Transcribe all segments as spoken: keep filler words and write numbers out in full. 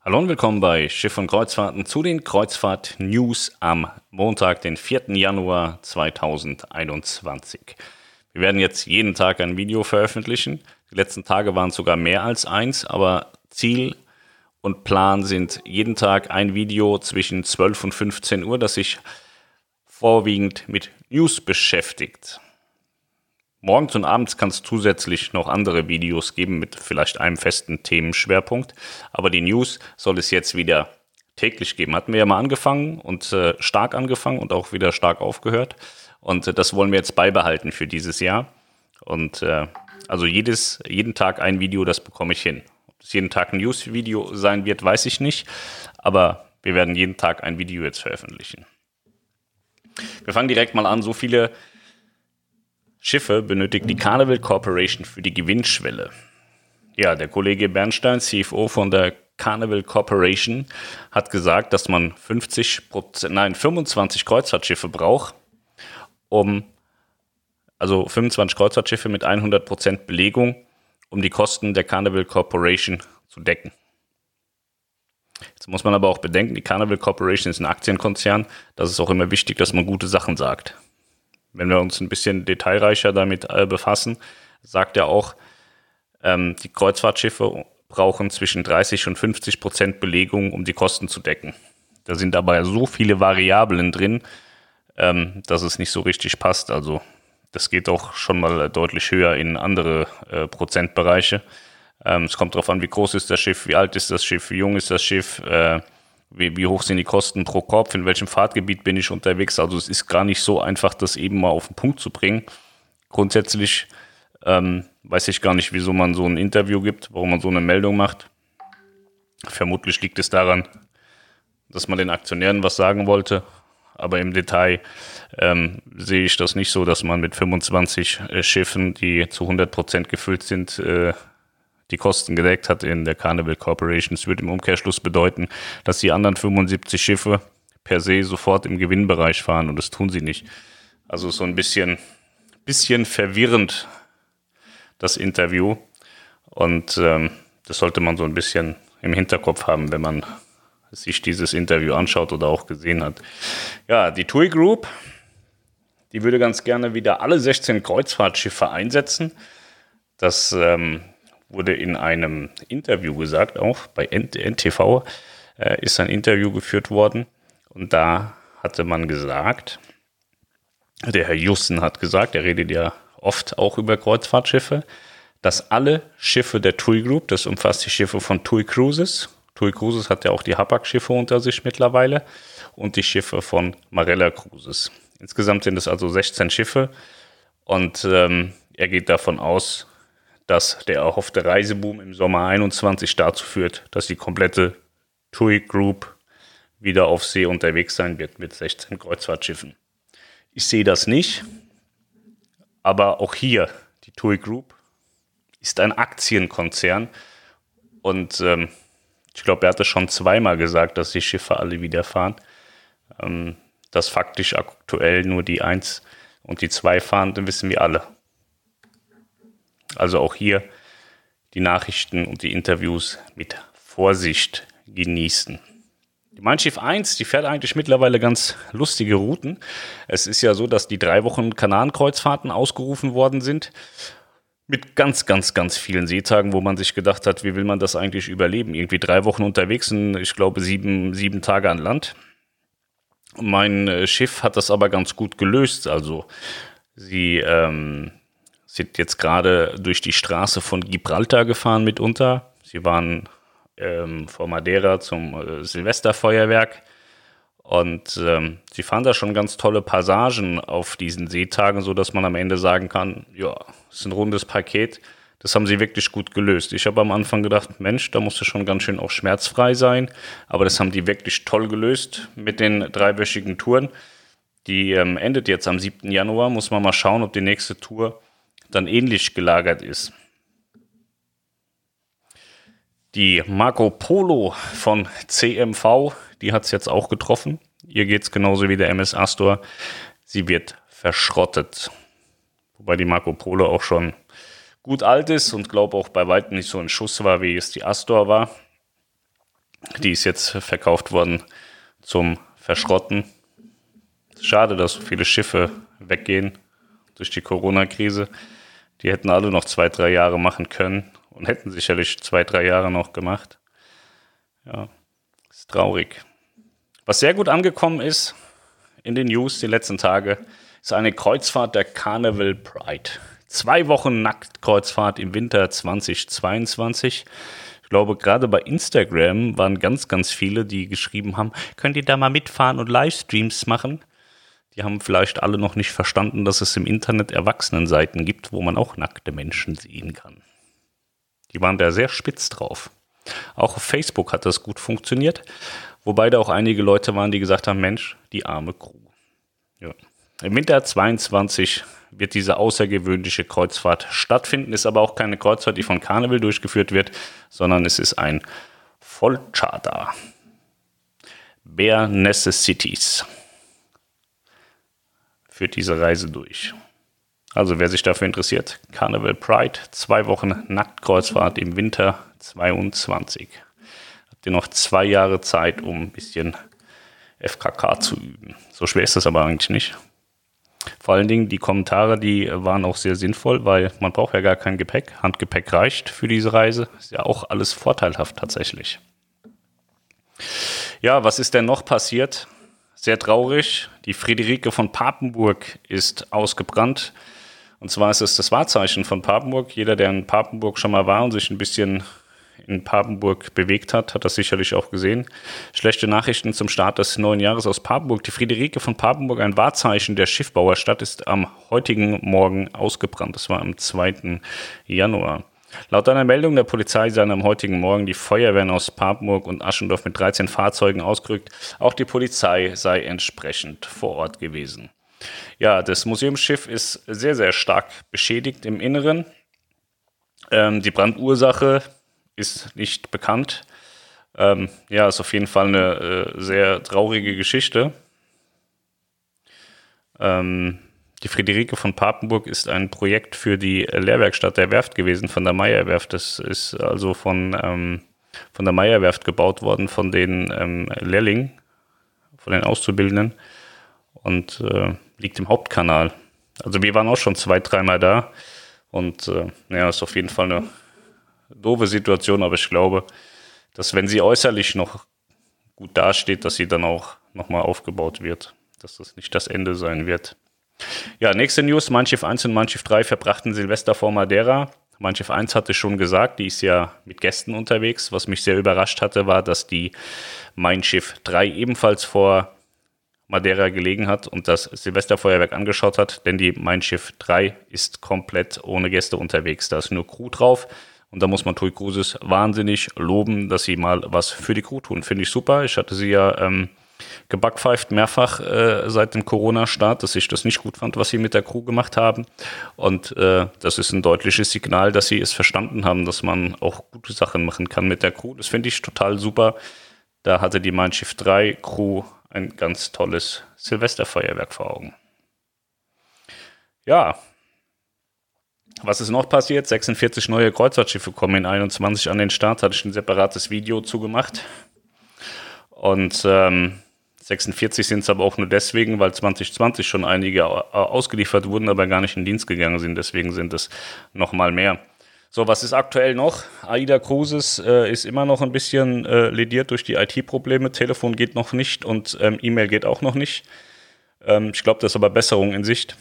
Hallo und willkommen bei Schiff und Kreuzfahrten zu den Kreuzfahrt-News am Montag, den vierten Januar zweitausendeinundzwanzig. Wir werden jetzt jeden Tag ein Video veröffentlichen. Die letzten Tage waren es sogar mehr als eins, aber Ziel und Plan sind jeden Tag ein Video zwischen zwölf und fünfzehn Uhr, das sich vorwiegend mit News beschäftigt. Morgens und abends kann es zusätzlich noch andere Videos geben mit vielleicht einem festen Themenschwerpunkt. Aber die News soll es jetzt wieder täglich geben. Hatten wir ja mal angefangen und äh, stark angefangen und auch wieder stark aufgehört. Und äh, das wollen wir jetzt beibehalten für dieses Jahr. Und äh, also jedes, jeden Tag ein Video, das bekomme ich hin. Ob es jeden Tag ein News-Video sein wird, weiß ich nicht. Aber wir werden jeden Tag ein Video jetzt veröffentlichen. Wir fangen direkt mal an. So viele Schiffe benötigt die Carnival Corporation für die Gewinnschwelle. Ja, der Kollege Bernstein, C F O von der Carnival Corporation, hat gesagt, dass man fünfzig Prozent, nein, fünfundzwanzig Kreuzfahrtschiffe braucht, um, also fünfundzwanzig Kreuzfahrtschiffe mit hundert Prozent Belegung, um die Kosten der Carnival Corporation zu decken. Jetzt muss man aber auch bedenken, die Carnival Corporation ist ein Aktienkonzern, das ist auch immer wichtig, dass man gute Sachen sagt. Wenn wir uns ein bisschen detailreicher damit äh, befassen, sagt er auch, ähm, die Kreuzfahrtschiffe brauchen zwischen dreißig und fünfzig Prozent Belegung, um die Kosten zu decken. Da sind dabei so viele Variablen drin, ähm, dass es nicht so richtig passt. Also das geht auch schon mal deutlich höher in andere äh, Prozentbereiche. Ähm, es kommt darauf an, wie groß ist das Schiff, wie alt ist das Schiff, wie jung ist das Schiff, äh, Wie, wie hoch sind die Kosten pro Kopf, in welchem Fahrtgebiet bin ich unterwegs. Also es ist gar nicht so einfach, das eben mal auf den Punkt zu bringen. Grundsätzlich ähm, weiß ich gar nicht, wieso man so ein Interview gibt, warum man so eine Meldung macht. Vermutlich liegt es daran, dass man den Aktionären was sagen wollte. Aber im Detail ähm, sehe ich das nicht so, dass man mit fünfundzwanzig äh, Schiffen, die zu hundert Prozent gefüllt sind, äh, die Kosten gedeckt hat in der Carnival Corporation. Es würde im Umkehrschluss bedeuten, dass die anderen fünfundsiebzig Schiffe per se sofort im Gewinnbereich fahren und das tun sie nicht. Also so ein bisschen, bisschen verwirrend, das Interview. Und ähm, das sollte man so ein bisschen im Hinterkopf haben, wenn man sich dieses Interview anschaut oder auch gesehen hat. Ja, die TUI Group, die würde ganz gerne wieder alle sechzehn Kreuzfahrtschiffe einsetzen. Das ähm, wurde in einem Interview gesagt, auch bei N T V äh, ist ein Interview geführt worden und da hatte man gesagt, der Herr Jussen hat gesagt, er redet ja oft auch über Kreuzfahrtschiffe, dass alle Schiffe der TUI Group, das umfasst die Schiffe von TUI Cruises, TUI Cruises hat ja auch die Hapag-Schiffe unter sich mittlerweile und die Schiffe von Marella Cruises. Insgesamt sind es also sechzehn Schiffe und ähm, er geht davon aus, dass der erhoffte Reiseboom im Sommer einundzwanzig dazu führt, dass die komplette TUI Group wieder auf See unterwegs sein wird mit sechzehn Kreuzfahrtschiffen. Ich sehe das nicht, aber auch hier, die TUI Group ist ein Aktienkonzern und ähm, ich glaube, er hatte schon zweimal gesagt, dass die Schiffe alle wieder fahren. Ähm, dass faktisch aktuell nur die eins und die zwei fahren, dann wissen wir alle. Also auch hier die Nachrichten und die Interviews mit Vorsicht genießen. Die Mein Schiff eins, die fährt eigentlich mittlerweile ganz lustige Routen. Es ist ja so, dass die drei Wochen Kanaren-Kreuzfahrten ausgerufen worden sind. Mit ganz, ganz, ganz vielen Seetagen, wo man sich gedacht hat, wie will man das eigentlich überleben? Irgendwie drei Wochen unterwegs und ich glaube sieben, sieben Tage an Land. Mein Schiff hat das aber ganz gut gelöst. Also sie ähm, sind jetzt gerade durch die Straße von Gibraltar gefahren mitunter. Sie waren ähm, vor Madeira zum äh, Silvesterfeuerwerk und ähm, sie fahren da schon ganz tolle Passagen auf diesen Seetagen, sodass man am Ende sagen kann, ja, es ist ein rundes Paket. Das haben sie wirklich gut gelöst. Ich habe am Anfang gedacht, Mensch, da musste schon ganz schön auch schmerzfrei sein. Aber das haben die wirklich toll gelöst mit den dreiwöchigen Touren. Die ähm, endet jetzt am siebten Januar. Muss man mal schauen, ob die nächste Tour dann ähnlich gelagert ist. Die Marco Polo von C M V, die hat es jetzt auch getroffen. Ihr geht es genauso wie der M S Astor. Sie wird verschrottet. Wobei die Marco Polo auch schon gut alt ist und glaube auch bei weitem nicht so ein Schuss war, wie es die Astor war. Die ist jetzt verkauft worden zum Verschrotten. Schade, dass so viele Schiffe weggehen durch die Corona-Krise. Die hätten alle noch zwei, drei Jahre machen können und hätten sicherlich zwei, drei Jahre noch gemacht. Ja, ist traurig. Was sehr gut angekommen ist in den News die letzten Tage, ist eine Kreuzfahrt der Carnival Pride. Zwei Wochen Nacktkreuzfahrt im Winter zweitausendzweiundzwanzig. Ich glaube, gerade bei Instagram waren ganz, ganz viele, die geschrieben haben, könnt ihr da mal mitfahren und Livestreams machen? Die haben vielleicht alle noch nicht verstanden, dass es im Internet Erwachsenenseiten gibt, wo man auch nackte Menschen sehen kann. Die waren da sehr spitz drauf. Auch auf Facebook hat das gut funktioniert, wobei da auch einige Leute waren, die gesagt haben, Mensch, die arme Crew. Ja. Im Winter zweiundzwanzig wird diese außergewöhnliche Kreuzfahrt stattfinden, ist aber auch keine Kreuzfahrt, die von Carnival durchgeführt wird, sondern es ist ein Vollcharter. Bare Necessities führt diese Reise durch. Also wer sich dafür interessiert, Carnival Pride, zwei Wochen Nacktkreuzfahrt im Winter zweiundzwanzig. Habt ihr noch zwei Jahre Zeit, um ein bisschen F K K zu üben. So schwer ist das aber eigentlich nicht. Vor allen Dingen die Kommentare, die waren auch sehr sinnvoll, weil man braucht ja gar kein Gepäck. Handgepäck reicht für diese Reise. Ist ja auch alles vorteilhaft tatsächlich. Ja, was ist denn noch passiert? Sehr traurig. Die Friederike von Papenburg ist ausgebrannt. Und zwar ist es das Wahrzeichen von Papenburg. Jeder, der in Papenburg schon mal war und sich ein bisschen in Papenburg bewegt hat, hat das sicherlich auch gesehen. Schlechte Nachrichten zum Start des neuen Jahres aus Papenburg. Die Friederike von Papenburg, ein Wahrzeichen der Schiffbauerstadt, ist am heutigen Morgen ausgebrannt. Das war am zweiten Januar. Laut einer Meldung der Polizei seien am heutigen Morgen die Feuerwehren aus Papenburg und Aschendorf mit dreizehn Fahrzeugen ausgerückt. Auch die Polizei sei entsprechend vor Ort gewesen. Ja, das Museumsschiff ist sehr, sehr stark beschädigt im Inneren. Ähm, die Brandursache ist nicht bekannt. Ähm, ja, ist auf jeden Fall eine äh, sehr traurige Geschichte. Ähm, die Friederike von Papenburg ist ein Projekt für die Lehrwerkstatt der Werft gewesen, von der Meyer-Werft. Das ist also von, ähm, von der Meyer-Werft gebaut worden, von den ähm, Lehrlingen, von den Auszubildenden und äh, liegt im Hauptkanal. Also wir waren auch schon zwei, dreimal da und äh, ja, ist auf jeden Fall eine doofe Situation, aber ich glaube, dass wenn sie äußerlich noch gut dasteht, dass sie dann auch nochmal aufgebaut wird, dass das nicht das Ende sein wird. Ja, nächste News, Mein Schiff eins und Mein Schiff drei verbrachten Silvester vor Madeira. Mein Schiff eins hatte schon gesagt, die ist ja mit Gästen unterwegs. Was mich sehr überrascht hatte, war, dass die Mein Schiff drei ebenfalls vor Madeira gelegen hat und das Silvesterfeuerwerk angeschaut hat, denn die Mein Schiff drei ist komplett ohne Gäste unterwegs. Da ist nur Crew drauf. Und da muss man TUI Cruises wahnsinnig loben, dass sie mal was für die Crew tun. Finde ich super. Ich hatte sie ja ähm, gebackpfeift mehrfach äh, seit dem Corona-Start, dass ich das nicht gut fand, was sie mit der Crew gemacht haben. Und äh, das ist ein deutliches Signal, dass sie es verstanden haben, dass man auch gute Sachen machen kann mit der Crew. Das finde ich total super. Da hatte die Mein Schiff drei Crew ein ganz tolles Silvesterfeuerwerk vor Augen. Ja, was ist noch passiert? sechsundvierzig neue Kreuzfahrtschiffe kommen in einundzwanzig an den Start. Hatte ich ein separates Video zugemacht. Und ähm, sechsundvierzig sind es aber auch nur deswegen, weil zwanzig zwanzig schon einige ausgeliefert wurden, aber gar nicht in Dienst gegangen sind. Deswegen sind es nochmal mehr. So, was ist aktuell noch? AIDA Cruises äh, ist immer noch ein bisschen äh, lediert durch die I T-Probleme. Telefon geht noch nicht und ähm, E-Mail geht auch noch nicht. Ähm, ich glaube, das ist aber Besserung in Sicht.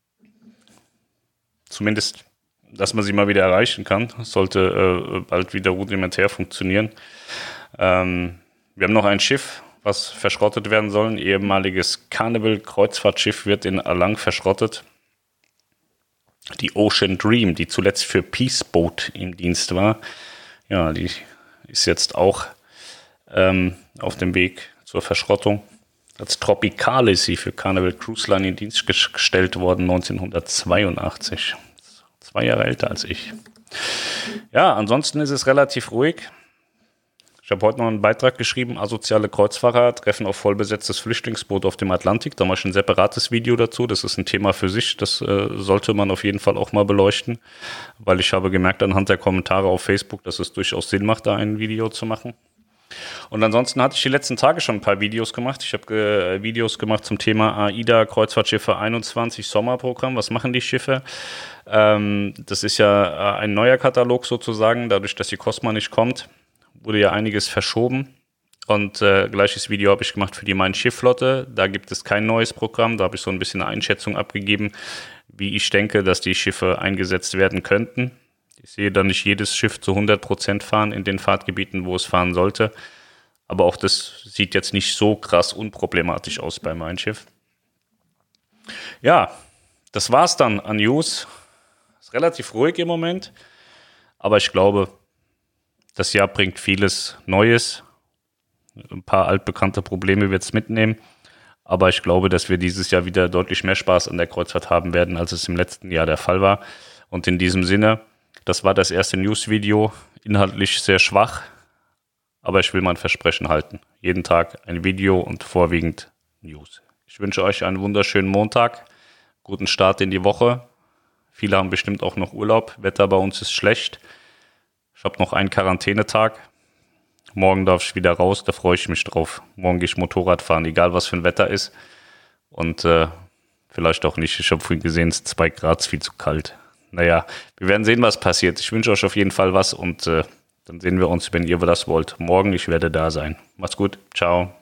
Zumindest, dass man sie mal wieder erreichen kann. Das sollte äh, bald wieder rudimentär funktionieren. Ähm, wir haben noch ein Schiff, was verschrottet werden soll. Ein ehemaliges Carnival-Kreuzfahrtschiff wird in Alang verschrottet. Die Ocean Dream, die zuletzt für Peace Boat im Dienst war, ja, die ist jetzt auch ähm, auf dem Weg zur Verschrottung. Als Tropical ist sie für Carnival Cruise Line in Dienst gestellt worden, neunzehnhundertzweiundachtzig. Zwei Jahre älter als ich. Ja, ansonsten ist es relativ ruhig. Ich habe heute noch einen Beitrag geschrieben, asoziale Kreuzfahrer treffen auf vollbesetztes Flüchtlingsboot auf dem Atlantik. Da mache ich ein separates Video dazu. Das ist ein Thema für sich. Das äh, sollte man auf jeden Fall auch mal beleuchten, weil ich habe gemerkt anhand der Kommentare auf Facebook, dass es durchaus Sinn macht, da ein Video zu machen. Und ansonsten hatte ich die letzten Tage schon ein paar Videos gemacht. Ich habe äh, Videos gemacht zum Thema AIDA Kreuzfahrtschiffe einundzwanzig Sommerprogramm. Was machen die Schiffe? Ähm, das ist ja ein neuer Katalog sozusagen. Dadurch, dass die Cosma nicht kommt, wurde ja einiges verschoben. Und äh, gleiches Video habe ich gemacht für die Mein-Schiff-Flotte. Da gibt es kein neues Programm. Da habe ich so ein bisschen eine Einschätzung abgegeben, wie ich denke, dass die Schiffe eingesetzt werden könnten. Ich sehe da nicht jedes Schiff zu hundert Prozent fahren in den Fahrtgebieten, wo es fahren sollte. Aber auch das sieht jetzt nicht so krass unproblematisch aus bei Mein Schiff. Ja, das war's dann an News. Ist relativ ruhig im Moment. Aber ich glaube, das Jahr bringt vieles Neues. Ein paar altbekannte Probleme wird es mitnehmen. Aber ich glaube, dass wir dieses Jahr wieder deutlich mehr Spaß an der Kreuzfahrt haben werden, als es im letzten Jahr der Fall war. Und in diesem Sinne, das war das erste News-Video. Inhaltlich sehr schwach. Aber ich will mein Versprechen halten. Jeden Tag ein Video und vorwiegend News. Ich wünsche euch einen wunderschönen Montag. Guten Start in die Woche. Viele haben bestimmt auch noch Urlaub. Wetter bei uns ist schlecht. Ich habe noch einen Quarantänetag. Morgen darf ich wieder raus, da freue ich mich drauf. Morgen gehe ich Motorrad fahren, egal was für ein Wetter ist. Und äh, vielleicht auch nicht. Ich habe vorhin gesehen, es ist zwei Grad, ist viel zu kalt. Naja, wir werden sehen, was passiert. Ich wünsche euch auf jeden Fall was und äh, dann sehen wir uns, wenn ihr das wollt. Morgen, ich werde da sein. Macht's gut. Ciao.